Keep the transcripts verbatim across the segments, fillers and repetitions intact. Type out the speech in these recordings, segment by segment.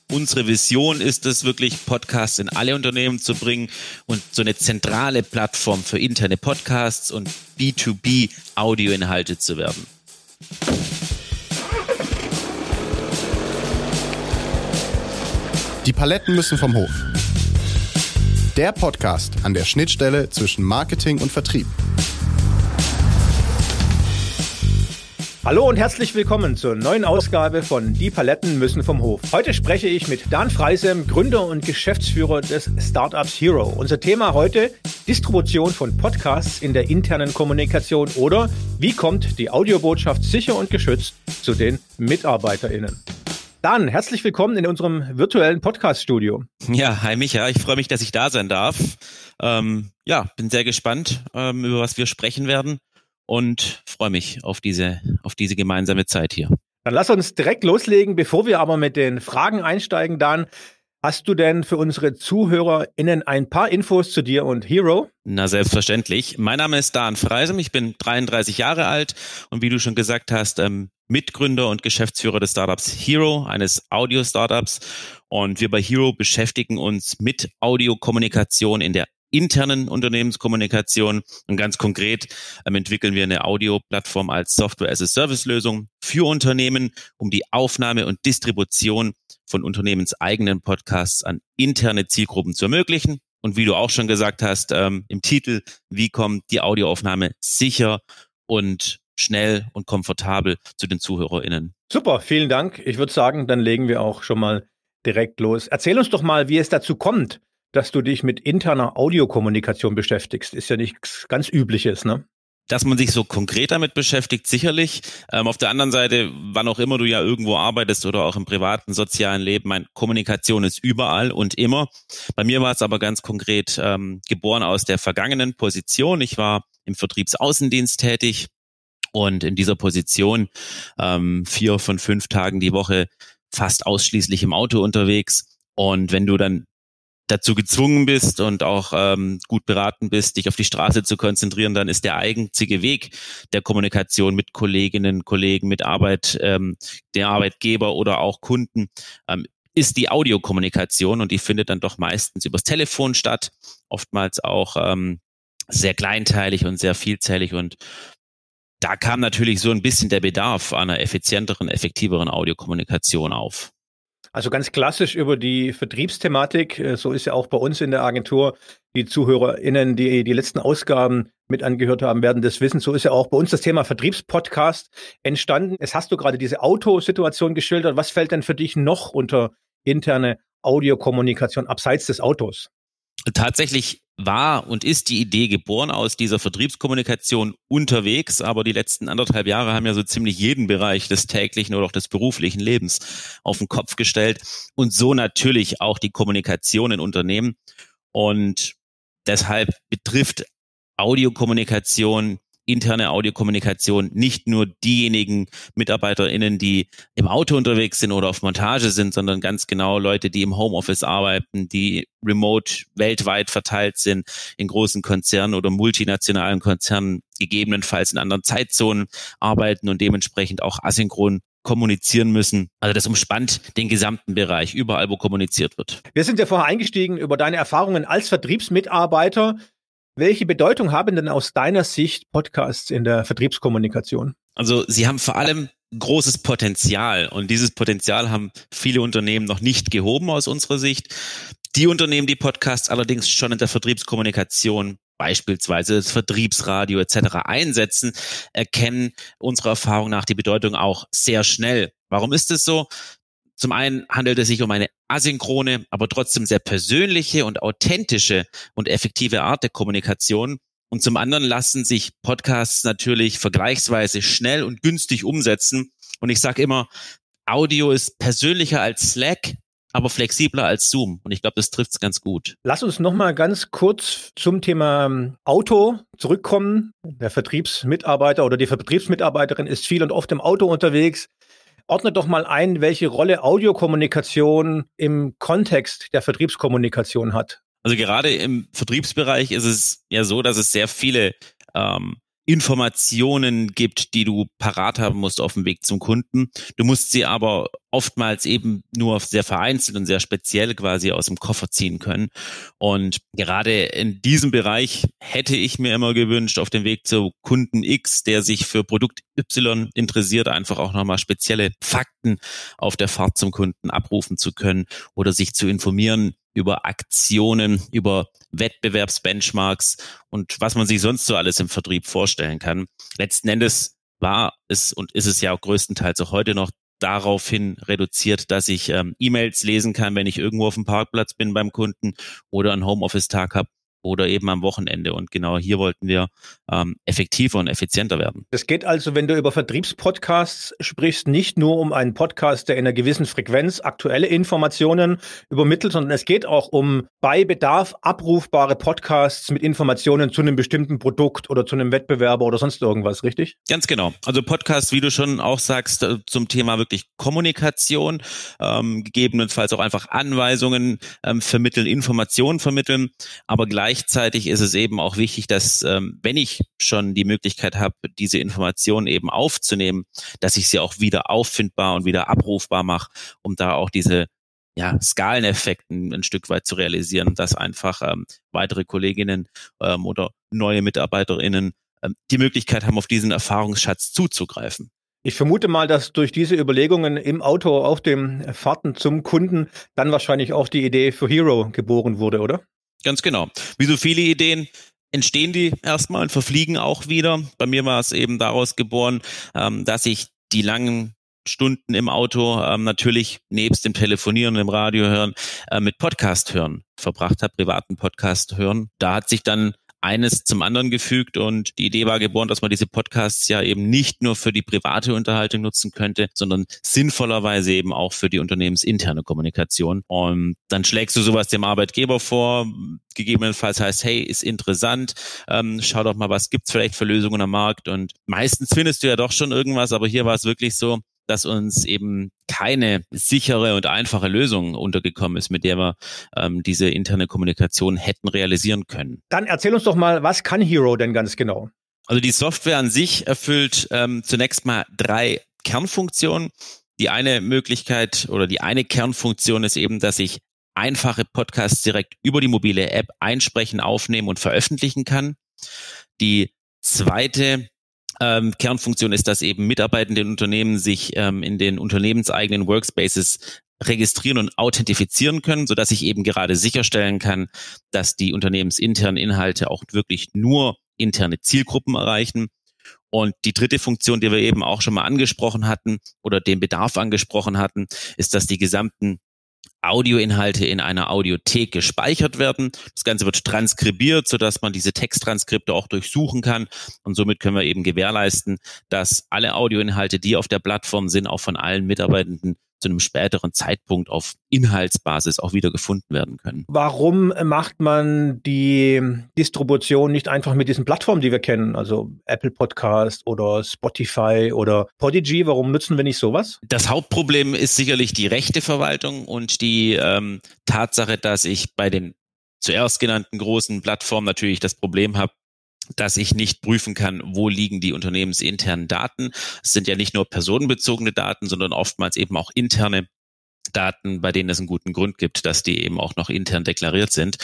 Unsere Vision ist es wirklich, Podcasts in alle Unternehmen zu bringen und so eine zentrale Plattform für interne Podcasts und B zwei B Audioinhalte zu werden. Die Paletten müssen vom Hof. Der Podcast an der Schnittstelle zwischen Marketing und Vertrieb. Hallo und herzlich willkommen zur neuen Ausgabe von Die Paletten müssen vom Hof. Heute spreche ich mit Dan Freisem, Gründer und Geschäftsführer des Startups Hero. Unser Thema heute: Distribution von Podcasts in der internen Kommunikation oder wie kommt die Audiobotschaft sicher und geschützt zu den MitarbeiterInnen. Dan, herzlich willkommen in unserem virtuellen Podcast-Studio. Ja, hi Micha, ich freue mich, dass ich da sein darf. Ähm, ja, bin sehr gespannt, ähm, über was wir sprechen werden. Und freue mich auf diese, auf diese gemeinsame Zeit hier. Dann lass uns direkt loslegen. Bevor wir aber mit den Fragen einsteigen, Dan, hast du denn für unsere ZuhörerInnen ein paar Infos zu dir und Hero? Na, selbstverständlich. Mein Name ist Dan Freisem, ich bin dreiunddreißig Jahre alt und wie du schon gesagt hast, ähm, Mitgründer und Geschäftsführer des Startups Hero, eines Audio-Startups. Und wir bei Hero beschäftigen uns mit Audiokommunikation in der internen Unternehmenskommunikation und ganz konkret ähm, entwickeln wir eine Audioplattform als Software-as-a-Service-Lösung für Unternehmen, um die Aufnahme und Distribution von unternehmenseigenen Podcasts an interne Zielgruppen zu ermöglichen. Und wie du auch schon gesagt hast, ähm, im Titel, wie kommt die Audioaufnahme sicher und schnell und komfortabel zu den ZuhörerInnen. Super, vielen Dank. Ich würde sagen, dann legen wir auch schon mal direkt los. Erzähl uns doch mal, wie es dazu kommt, dass du dich mit interner Audiokommunikation beschäftigst. Ist ja nichts ganz Übliches, ne? Dass man sich so konkret damit beschäftigt, sicherlich. Ähm, auf der anderen Seite, wann auch immer du ja irgendwo arbeitest oder auch im privaten, sozialen Leben, meine Kommunikation ist überall und immer. Bei mir war es aber ganz konkret ähm, geboren aus der vergangenen Position. Ich war im Vertriebsaußendienst tätig und in dieser Position ähm, vier von fünf Tagen die Woche fast ausschließlich im Auto unterwegs. Und wenn du dann dazu gezwungen bist und auch ähm, gut beraten bist, dich auf die Straße zu konzentrieren, dann ist der einzige Weg der Kommunikation mit Kolleginnen, Kollegen, mit Arbeit, ähm, der Arbeitgeber oder auch Kunden, ähm, ist die Audiokommunikation und die findet dann doch meistens übers Telefon statt, oftmals auch ähm, sehr kleinteilig und sehr vielzählig und da kam natürlich so ein bisschen der Bedarf einer effizienteren, effektiveren Audiokommunikation auf. Also ganz klassisch über die Vertriebsthematik, so ist ja auch bei uns in der Agentur, die ZuhörerInnen, die die letzten Ausgaben mit angehört haben, werden das wissen. So ist ja auch bei uns das Thema Vertriebspodcast entstanden. Es hast du gerade diese Autosituation geschildert. Was fällt denn für dich noch unter interne Audiokommunikation abseits des Autos? Tatsächlich war und ist die Idee geboren aus dieser Vertriebskommunikation unterwegs, aber die letzten anderthalb Jahre haben ja so ziemlich jeden Bereich des täglichen oder auch des beruflichen Lebens auf den Kopf gestellt und so natürlich auch die Kommunikation in Unternehmen und deshalb betrifft Audiokommunikation, interne Audiokommunikation nicht nur diejenigen MitarbeiterInnen, die im Auto unterwegs sind oder auf Montage sind, sondern ganz genau Leute, die im Homeoffice arbeiten, die remote weltweit verteilt sind, in großen Konzernen oder multinationalen Konzernen, gegebenenfalls in anderen Zeitzonen arbeiten und dementsprechend auch asynchron kommunizieren müssen. Also das umspannt den gesamten Bereich, überall, wo kommuniziert wird. Wir sind ja vorher eingestiegen über deine Erfahrungen als Vertriebsmitarbeiter. Welche Bedeutung haben denn aus deiner Sicht Podcasts in der Vertriebskommunikation? Also sie haben vor allem großes Potenzial und dieses Potenzial haben viele Unternehmen noch nicht gehoben aus unserer Sicht. Die Unternehmen, die Podcasts allerdings schon in der Vertriebskommunikation, beispielsweise das Vertriebsradio et cetera einsetzen, erkennen unserer Erfahrung nach die Bedeutung auch sehr schnell. Warum ist es so? Zum einen handelt es sich um eine asynchrone, aber trotzdem sehr persönliche und authentische und effektive Art der Kommunikation. Und zum anderen lassen sich Podcasts natürlich vergleichsweise schnell und günstig umsetzen. Und ich sage immer, Audio ist persönlicher als Slack, aber flexibler als Zoom. Und ich glaube, das trifft es ganz gut. Lass uns noch mal ganz kurz zum Thema Auto zurückkommen. Der Vertriebsmitarbeiter oder die Vertriebsmitarbeiterin ist viel und oft im Auto unterwegs. Ordne doch mal ein, welche Rolle Audiokommunikation im Kontext der Vertriebskommunikation hat. Also gerade im Vertriebsbereich ist es ja so, dass es sehr viele ähm, Informationen gibt, die du parat haben musst auf dem Weg zum Kunden. Du musst sie aber oftmals eben nur sehr vereinzelt und sehr speziell quasi aus dem Koffer ziehen können. Und gerade in diesem Bereich hätte ich mir immer gewünscht, auf dem Weg zu Kunden X, der sich für Produkt Y interessiert, einfach auch nochmal spezielle Fakten auf der Fahrt zum Kunden abrufen zu können oder sich zu informieren über Aktionen, über Wettbewerbsbenchmarks und was man sich sonst so alles im Vertrieb vorstellen kann. Letzten Endes war es und ist es ja auch größtenteils auch heute noch daraufhin reduziert, dass ich ähm, E-Mails lesen kann, wenn ich irgendwo auf dem Parkplatz bin beim Kunden oder einen Homeoffice-Tag habe oder eben am Wochenende. Und genau hier wollten wir ähm, effektiver und effizienter werden. Es geht also, wenn du über Vertriebspodcasts sprichst, nicht nur um einen Podcast, der in einer gewissen Frequenz aktuelle Informationen übermittelt, sondern es geht auch um bei Bedarf abrufbare Podcasts mit Informationen zu einem bestimmten Produkt oder zu einem Wettbewerber oder sonst irgendwas, richtig? Ganz genau. Also Podcasts, wie du schon auch sagst, zum Thema wirklich Kommunikation, ähm, gegebenenfalls auch einfach Anweisungen ähm, vermitteln, Informationen vermitteln, aber gleich Gleichzeitig ist es eben auch wichtig, dass ähm, wenn ich schon die Möglichkeit habe, diese Informationen eben aufzunehmen, dass ich sie auch wieder auffindbar und wieder abrufbar mache, um da auch diese ja, Skaleneffekten ein Stück weit zu realisieren, dass einfach ähm, weitere Kolleginnen ähm, oder neue MitarbeiterInnen ähm, die Möglichkeit haben, auf diesen Erfahrungsschatz zuzugreifen. Ich vermute mal, dass durch diese Überlegungen im Auto auf dem Fahrten zum Kunden dann wahrscheinlich auch die Idee für Hero geboren wurde, oder? Ganz genau. Wie so viele Ideen entstehen die erstmal und verfliegen auch wieder. Bei mir war es eben daraus geboren, dass ich die langen Stunden im Auto natürlich nebst dem Telefonieren, dem Radio hören, mit Podcast hören verbracht habe, privaten Podcast hören. Da hat sich dann eines zum anderen gefügt und die Idee war geboren, dass man diese Podcasts ja eben nicht nur für die private Unterhaltung nutzen könnte, sondern sinnvollerweise eben auch für die unternehmensinterne Kommunikation. Und dann schlägst du sowas dem Arbeitgeber vor, gegebenenfalls heißt, hey, ist interessant, ähm, schau doch mal, was gibt's vielleicht für Lösungen am Markt und meistens findest du ja doch schon irgendwas, aber hier war es wirklich so, dass uns eben keine sichere und einfache Lösung untergekommen ist, mit der wir ähm, diese interne Kommunikation hätten realisieren können. Dann erzähl uns doch mal, was kann Hero denn ganz genau? Also die Software an sich erfüllt ähm, zunächst mal drei Kernfunktionen. Die eine Möglichkeit oder die eine Kernfunktion ist eben, dass ich einfache Podcasts direkt über die mobile App einsprechen, aufnehmen und veröffentlichen kann. Die zweite Ähm, Kernfunktion ist, dass eben Mitarbeitende in Unternehmen sich ähm, in den unternehmenseigenen Workspaces registrieren und authentifizieren können, sodass ich eben gerade sicherstellen kann, dass die unternehmensinternen Inhalte auch wirklich nur interne Zielgruppen erreichen. Und die dritte Funktion, die wir eben auch schon mal angesprochen hatten oder den Bedarf angesprochen hatten, ist, dass die gesamten Audioinhalte in einer Audiothek gespeichert werden. Das Ganze wird transkribiert, sodass man diese Texttranskripte auch durchsuchen kann. Und somit können wir eben gewährleisten, dass alle Audioinhalte, die auf der Plattform sind, auch von allen Mitarbeitenden zu einem späteren Zeitpunkt auf Inhaltsbasis auch wieder gefunden werden können. Warum macht man die Distribution nicht einfach mit diesen Plattformen, die wir kennen, also Apple Podcast oder Spotify oder Podigy? Warum nutzen wir nicht sowas? Das Hauptproblem ist sicherlich die Rechteverwaltung und die ähm, Tatsache, dass ich bei den zuerst genannten großen Plattformen natürlich das Problem habe, dass ich nicht prüfen kann, wo liegen die unternehmensinternen Daten. Es sind ja nicht nur personenbezogene Daten, sondern oftmals eben auch interne Daten, bei denen es einen guten Grund gibt, dass die eben auch noch intern deklariert sind.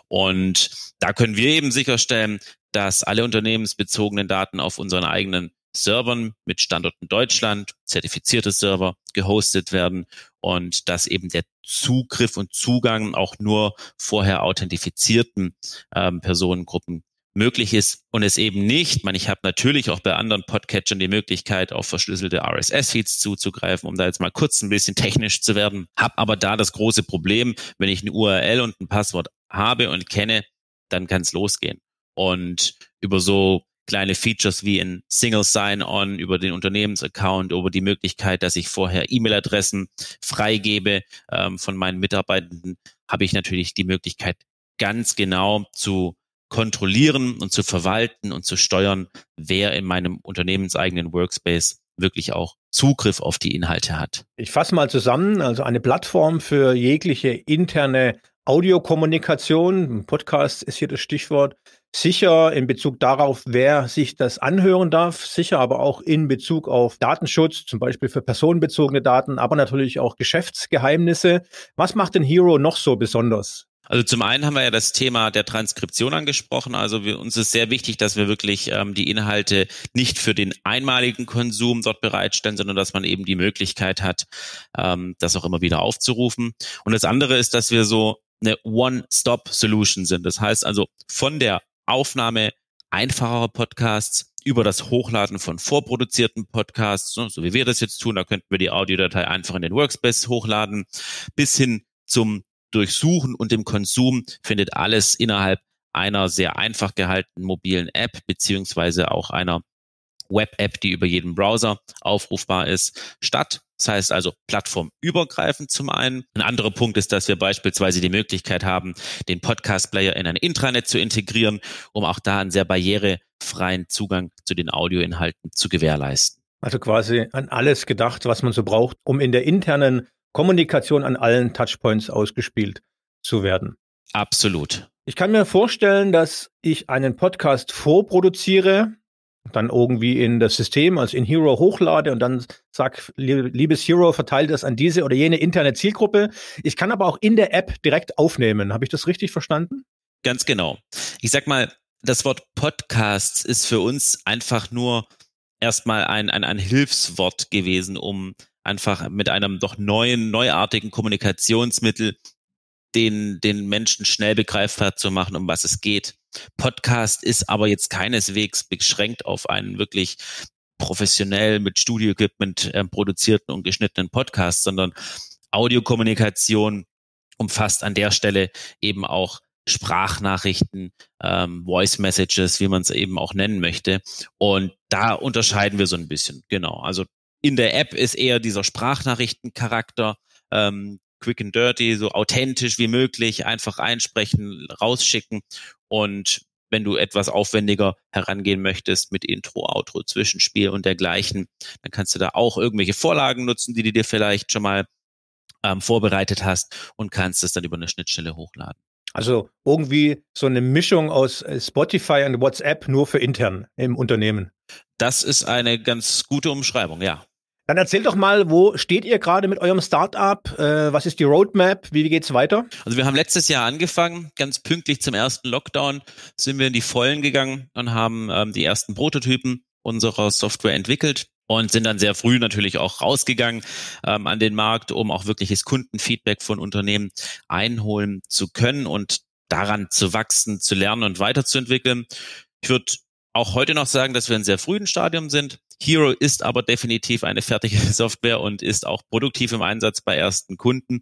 Und da können wir eben sicherstellen, dass alle unternehmensbezogenen Daten auf unseren eigenen Servern mit Standort in Deutschland, zertifizierte Server, gehostet werden und dass eben der Zugriff und Zugang auch nur vorher authentifizierten ähm, Personengruppen möglich ist und es eben nicht, ich meine, ich habe natürlich auch bei anderen Podcatchern die Möglichkeit, auf verschlüsselte R S S-Feeds zuzugreifen, um da jetzt mal kurz ein bisschen technisch zu werden, habe aber da das große Problem, wenn ich eine U R L und ein Passwort habe und kenne, dann kann es losgehen. Und über so kleine Features wie ein Single Sign-On, über den Unternehmensaccount, über die Möglichkeit, dass ich vorher E-Mail-Adressen freigebe ähm, von meinen Mitarbeitenden, habe ich natürlich die Möglichkeit, ganz genau zu kontrollieren und zu verwalten und zu steuern, wer in meinem unternehmenseigenen Workspace wirklich auch Zugriff auf die Inhalte hat. Ich fasse mal zusammen, also eine Plattform für jegliche interne Audiokommunikation, Podcast ist hier das Stichwort, sicher in Bezug darauf, wer sich das anhören darf, sicher aber auch in Bezug auf Datenschutz, zum Beispiel für personenbezogene Daten, aber natürlich auch Geschäftsgeheimnisse. Was macht denn Hero noch so besonders? Also zum einen haben wir ja das Thema der Transkription angesprochen. Also wir, uns ist sehr wichtig, dass wir wirklich ähm, die Inhalte nicht für den einmaligen Konsum dort bereitstellen, sondern dass man eben die Möglichkeit hat, ähm, das auch immer wieder aufzurufen. Und das andere ist, dass wir so eine One-Stop-Solution sind. Das heißt also von der Aufnahme einfacherer Podcasts über das Hochladen von vorproduzierten Podcasts, so wie wir das jetzt tun, da könnten wir die Audiodatei einfach in den Workspace hochladen, bis hin zum Durchsuchen und dem Konsum findet alles innerhalb einer sehr einfach gehaltenen mobilen App beziehungsweise auch einer Web-App, die über jeden Browser aufrufbar ist, statt. Das heißt also plattformübergreifend zum einen. Ein anderer Punkt ist, dass wir beispielsweise die Möglichkeit haben, den Podcast-Player in ein Intranet zu integrieren, um auch da einen sehr barrierefreien Zugang zu den Audioinhalten zu gewährleisten. Also quasi an alles gedacht, was man so braucht, um in der internen Kommunikation an allen Touchpoints ausgespielt zu werden. Absolut. Ich kann mir vorstellen, dass ich einen Podcast vorproduziere, dann irgendwie in das System, also in Hero hochlade und dann sag, liebes Hero, verteile das an diese oder jene interne Zielgruppe. Ich kann aber auch in der App direkt aufnehmen. Habe ich das richtig verstanden? Ganz genau. Ich sag mal, das Wort Podcasts ist für uns einfach nur erstmal ein, ein, ein Hilfswort gewesen, um einfach mit einem doch neuen, neuartigen Kommunikationsmittel den, den Menschen schnell begreifbar zu machen, um was es geht. Podcast ist aber jetzt keineswegs beschränkt auf einen wirklich professionell mit Studio-Equipment äh, produzierten und geschnittenen Podcast, sondern Audiokommunikation umfasst an der Stelle eben auch Sprachnachrichten, ähm, Voice Messages, wie man es eben auch nennen möchte. Und da unterscheiden wir so ein bisschen, genau. Also in der App ist eher dieser Sprachnachrichtencharakter, ähm, quick and dirty, so authentisch wie möglich, einfach einsprechen, rausschicken. Und wenn du etwas aufwendiger herangehen möchtest mit Intro, Outro, Zwischenspiel und dergleichen, dann kannst du da auch irgendwelche Vorlagen nutzen, die du dir vielleicht schon mal ähm, vorbereitet hast und kannst es dann über eine Schnittstelle hochladen. Also irgendwie so eine Mischung aus Spotify und WhatsApp nur für intern im Unternehmen. Das ist eine ganz gute Umschreibung, ja. Dann erzählt doch mal, wo steht ihr gerade mit eurem Startup? Äh, was ist die Roadmap? Wie geht's weiter? Also wir haben letztes Jahr angefangen, ganz pünktlich zum ersten Lockdown sind wir in die Vollen gegangen und haben ähm, die ersten Prototypen unserer Software entwickelt und sind dann sehr früh natürlich auch rausgegangen ähm, an den Markt, um auch wirkliches Kundenfeedback von Unternehmen einholen zu können und daran zu wachsen, zu lernen und weiterzuentwickeln. Ich würde auch heute noch sagen, dass wir in sehr frühen Stadium sind. Hero ist aber definitiv eine fertige Software und ist auch produktiv im Einsatz bei ersten Kunden.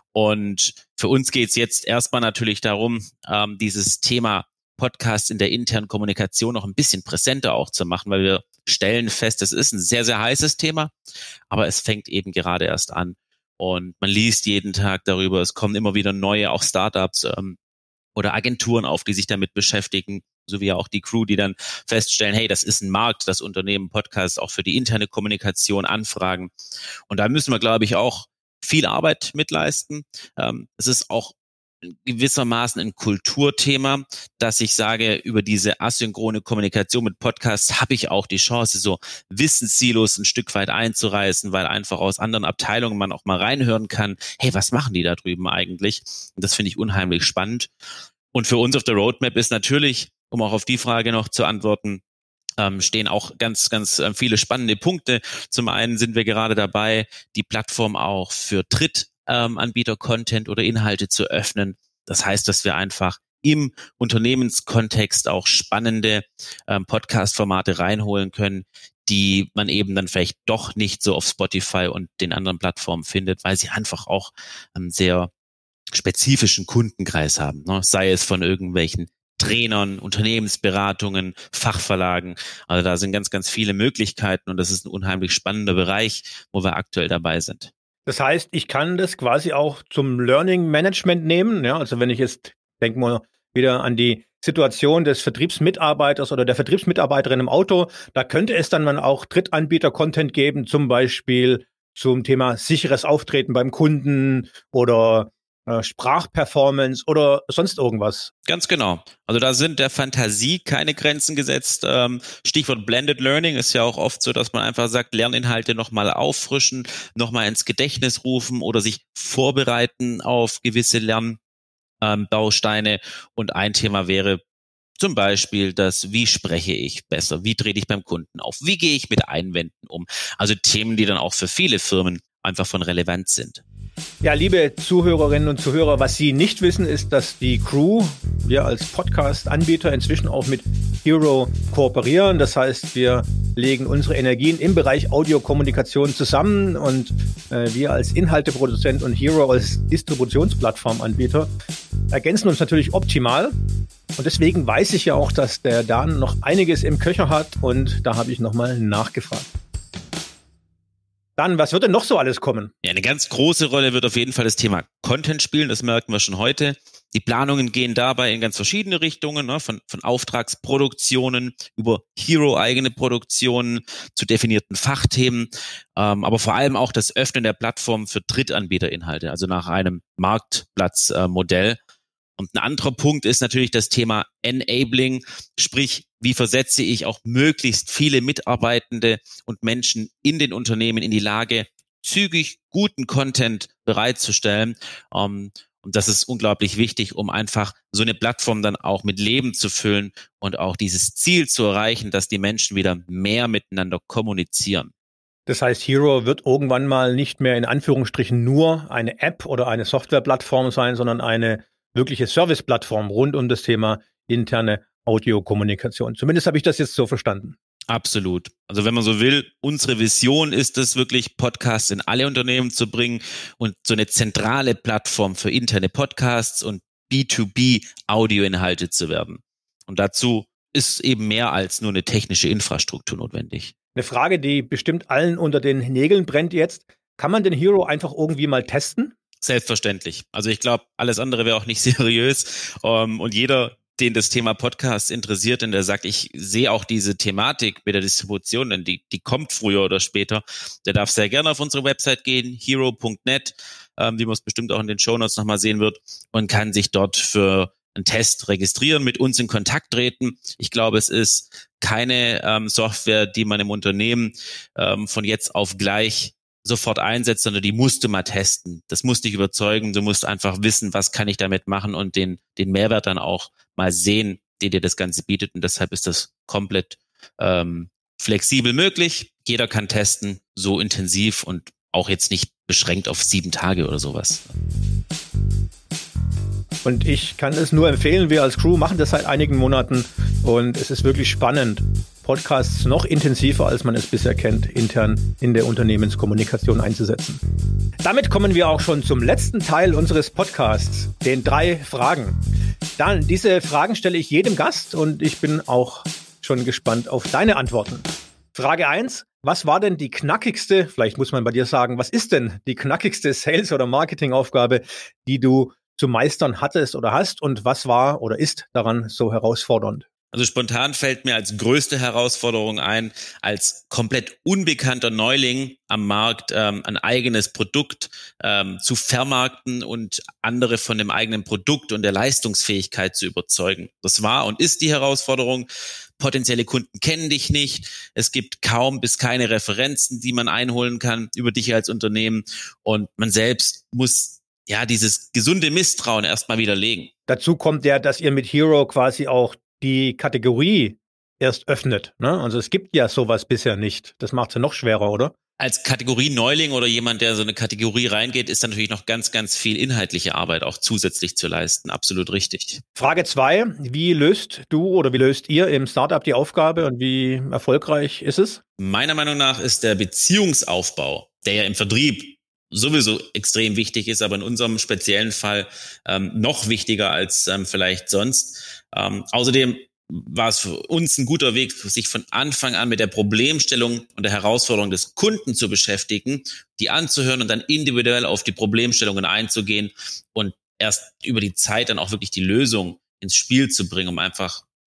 Und für uns geht es jetzt erstmal natürlich darum, ähm, dieses Thema Podcast in der internen Kommunikation noch ein bisschen präsenter auch zu machen, weil wir stellen fest, es ist ein sehr, sehr heißes Thema, aber es fängt eben gerade erst an. Und man liest jeden Tag darüber, es kommen immer wieder neue, auch Startups ähm, oder Agenturen auf, die sich damit beschäftigen, sowie auch die Crew, die dann feststellen, hey, das ist ein Markt, das Unternehmen Podcast auch für die interne Kommunikation anfragen. Und da müssen wir, glaube ich, auch viel Arbeit mitleisten. Ähm, es ist auch gewissermaßen ein Kulturthema, dass ich sage, über diese asynchrone Kommunikation mit Podcasts habe ich auch die Chance, so Wissenssilos ein Stück weit einzureißen, weil einfach aus anderen Abteilungen man auch mal reinhören kann, hey, was machen die da drüben eigentlich? Und das finde ich unheimlich spannend. Und für uns auf der Roadmap ist natürlich, um auch auf die Frage noch zu antworten, ähm, stehen auch ganz, ganz äh, viele spannende Punkte. Zum einen sind wir gerade dabei, die Plattform auch für Drittanbieter-Content oder Inhalte zu öffnen. Das heißt, dass wir einfach im Unternehmenskontext auch spannende ähm, Podcast-Formate reinholen können, die man eben dann vielleicht doch nicht so auf Spotify und den anderen Plattformen findet, weil sie einfach auch ähm, sehr spezifischen Kundenkreis haben, ne? Sei es von irgendwelchen Trainern, Unternehmensberatungen, Fachverlagen. Also da sind ganz, ganz viele Möglichkeiten und das ist ein unheimlich spannender Bereich, wo wir aktuell dabei sind. Das heißt, ich kann das quasi auch zum Learning Management nehmen. Ja, also wenn ich jetzt, denken wir wieder an die Situation des Vertriebsmitarbeiters oder der Vertriebsmitarbeiterin im Auto, da könnte es dann auch Drittanbieter-Content geben, zum Beispiel zum Thema sicheres Auftreten beim Kunden oder äh, Sprachperformance oder sonst irgendwas. Ganz genau. Also da sind der Fantasie keine Grenzen gesetzt. Ähm, Stichwort Blended Learning ist ja auch oft so, dass man einfach sagt, Lerninhalte nochmal auffrischen, nochmal ins Gedächtnis rufen oder sich vorbereiten auf gewisse Lernbausteine. Und ein Thema wäre zum Beispiel das, wie spreche ich besser, wie trete ich beim Kunden auf, wie gehe ich mit Einwänden um. Also Themen, die dann auch für viele Firmen einfach von Relevanz sind. Ja, liebe Zuhörerinnen und Zuhörer, was Sie nicht wissen, ist, dass die Crew, wir als Podcast-Anbieter inzwischen auch mit Hero kooperieren. Das heißt, wir legen unsere Energien im Bereich Audiokommunikation zusammen und äh, wir als Inhalteproduzent und Hero als Distributionsplattformanbieter ergänzen uns natürlich optimal. Und deswegen weiß ich ja auch, dass der Dan noch einiges im Köcher hat und da habe ich nochmal nachgefragt. Dann, was wird denn noch so alles kommen? Ja, eine ganz große Rolle wird auf jeden Fall das Thema Content spielen, das merken wir schon heute. Die Planungen gehen dabei in ganz verschiedene Richtungen, ne? von, von Auftragsproduktionen über Hero-eigene Produktionen zu definierten Fachthemen, ähm, aber vor allem auch das Öffnen der Plattform für Drittanbieterinhalte, also nach einem Marktplatzmodell. Äh, Und ein anderer Punkt ist natürlich das Thema Enabling, sprich, wie versetze ich auch möglichst viele Mitarbeitende und Menschen in den Unternehmen in die Lage, zügig guten Content bereitzustellen. Und das ist unglaublich wichtig, um einfach so eine Plattform dann auch mit Leben zu füllen und auch dieses Ziel zu erreichen, dass die Menschen wieder mehr miteinander kommunizieren. Das heißt, Hero wird irgendwann mal nicht mehr in Anführungsstrichen nur eine App oder eine Softwareplattform sein, sondern eine wirkliche Serviceplattform rund um das Thema interne Audiokommunikation. Zumindest habe ich das jetzt so verstanden. Absolut. Also wenn man so will, unsere Vision ist es wirklich, Podcasts in alle Unternehmen zu bringen und so eine zentrale Plattform für interne Podcasts und B zwei B Audioinhalte zu werden. Und dazu ist eben mehr als nur eine technische Infrastruktur notwendig. Eine Frage, die bestimmt allen unter den Nägeln brennt jetzt. Kann man den Hero einfach irgendwie mal testen? Selbstverständlich. Also ich glaube, alles andere wäre auch nicht seriös. Um, und jeder, den das Thema Podcast interessiert und der sagt, ich sehe auch diese Thematik mit der Distribution, denn die, die kommt früher oder später, der darf sehr gerne auf unsere Website gehen, hero punkt net, ähm, die man es bestimmt auch in den Shownotes nochmal sehen wird, und kann sich dort für einen Test registrieren, mit uns in Kontakt treten. Ich glaube, es ist keine ähm, Software, die man im Unternehmen ähm, von jetzt auf gleich sofort einsetzt, sondern die musst du mal testen. Das muss dich überzeugen. Du musst einfach wissen, was kann ich damit machen und den den Mehrwert dann auch mal sehen, den dir das Ganze bietet. Und deshalb ist das komplett ähm, flexibel möglich. Jeder kann testen, so intensiv und auch jetzt nicht beschränkt auf sieben Tage oder sowas. Und ich kann es nur empfehlen, wir als Crew machen das seit einigen Monaten und es ist wirklich spannend. Podcasts noch intensiver, als man es bisher kennt, intern in der Unternehmenskommunikation einzusetzen. Damit kommen wir auch schon zum letzten Teil unseres Podcasts, den drei Fragen. Dann, diese Fragen stelle ich jedem Gast und ich bin auch schon gespannt auf deine Antworten. Frage eins. Was war denn die knackigste, vielleicht muss man bei dir sagen, was ist denn die knackigste Sales- oder Marketingaufgabe, die du zu meistern hattest oder hast, und was war oder ist daran so herausfordernd? Also spontan fällt mir als größte Herausforderung ein, als komplett unbekannter Neuling am Markt ähm, ein eigenes Produkt ähm, zu vermarkten und andere von dem eigenen Produkt und der Leistungsfähigkeit zu überzeugen. Das war und ist die Herausforderung. Potenzielle Kunden kennen dich nicht. Es gibt kaum bis keine Referenzen, die man einholen kann über dich als Unternehmen, und man selbst muss ja dieses gesunde Misstrauen erstmal widerlegen. Dazu kommt ja, dass ihr mit Hero quasi auch die Kategorie erst öffnet, ne? Also es gibt ja sowas bisher nicht. Das macht es ja noch schwerer, oder? Als Kategorie Neuling oder jemand, der so eine Kategorie reingeht, ist dann natürlich noch ganz, ganz viel inhaltliche Arbeit auch zusätzlich zu leisten. Absolut richtig. Frage zwei. Wie löst du oder wie löst ihr im Startup die Aufgabe und wie erfolgreich ist es? Meiner Meinung nach ist der Beziehungsaufbau, der ja im Vertrieb sowieso extrem wichtig ist, aber in unserem speziellen Fall ähm, noch wichtiger als ähm, vielleicht sonst. Ähm, außerdem war es für uns ein guter Weg, sich von Anfang an mit der Problemstellung und der Herausforderung des Kunden zu beschäftigen, die anzuhören und dann individuell auf die Problemstellungen einzugehen und erst über die Zeit dann auch wirklich die Lösung ins Spiel zu bringen, um einfach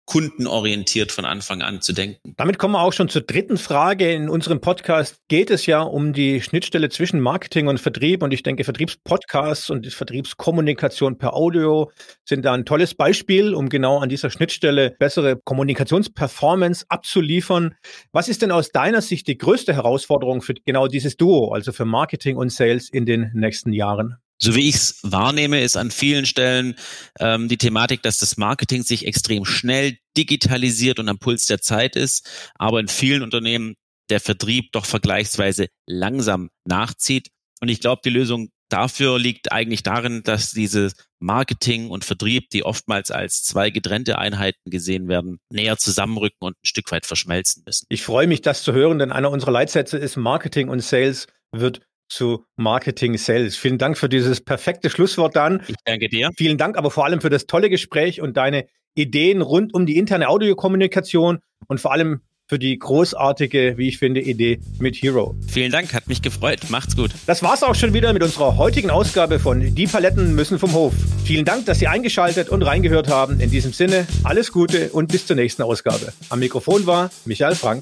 kundenorientiert von Anfang an zu denken. Damit kommen wir auch schon zur dritten Frage. In unserem Podcast geht es ja um die Schnittstelle zwischen Marketing und Vertrieb. Und ich denke, Vertriebspodcasts und die Vertriebskommunikation per Audio sind da ein tolles Beispiel, um genau an dieser Schnittstelle bessere Kommunikationsperformance abzuliefern. Was ist denn aus deiner Sicht die größte Herausforderung für genau dieses Duo, also für Marketing und Sales in den nächsten Jahren? So wie ich es wahrnehme, ist an vielen Stellen ähm, die Thematik, dass das Marketing sich extrem schnell digitalisiert und am Puls der Zeit ist, aber in vielen Unternehmen der Vertrieb doch vergleichsweise langsam nachzieht. Und ich glaube, die Lösung dafür liegt eigentlich darin, dass diese Marketing und Vertrieb, die oftmals als zwei getrennte Einheiten gesehen werden, näher zusammenrücken und ein Stück weit verschmelzen müssen. Ich freue mich, das zu hören, denn einer unserer Leitsätze ist, Marketing und Sales wird zu Marketing Sales. Vielen Dank für dieses perfekte Schlusswort, Dan. Ich danke dir. Vielen Dank aber vor allem für das tolle Gespräch und deine Ideen rund um die interne Audiokommunikation und vor allem für die großartige, wie ich finde, Idee mit Hero. Vielen Dank, hat mich gefreut. Macht's gut. Das war's auch schon wieder mit unserer heutigen Ausgabe von Die Paletten müssen vom Hof. Vielen Dank, dass Sie eingeschaltet und reingehört haben. In diesem Sinne, alles Gute und bis zur nächsten Ausgabe. Am Mikrofon war Michael Frank.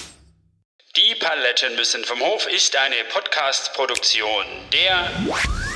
Die Paletten müssen vom Hof ist eine Podcast-Produktion der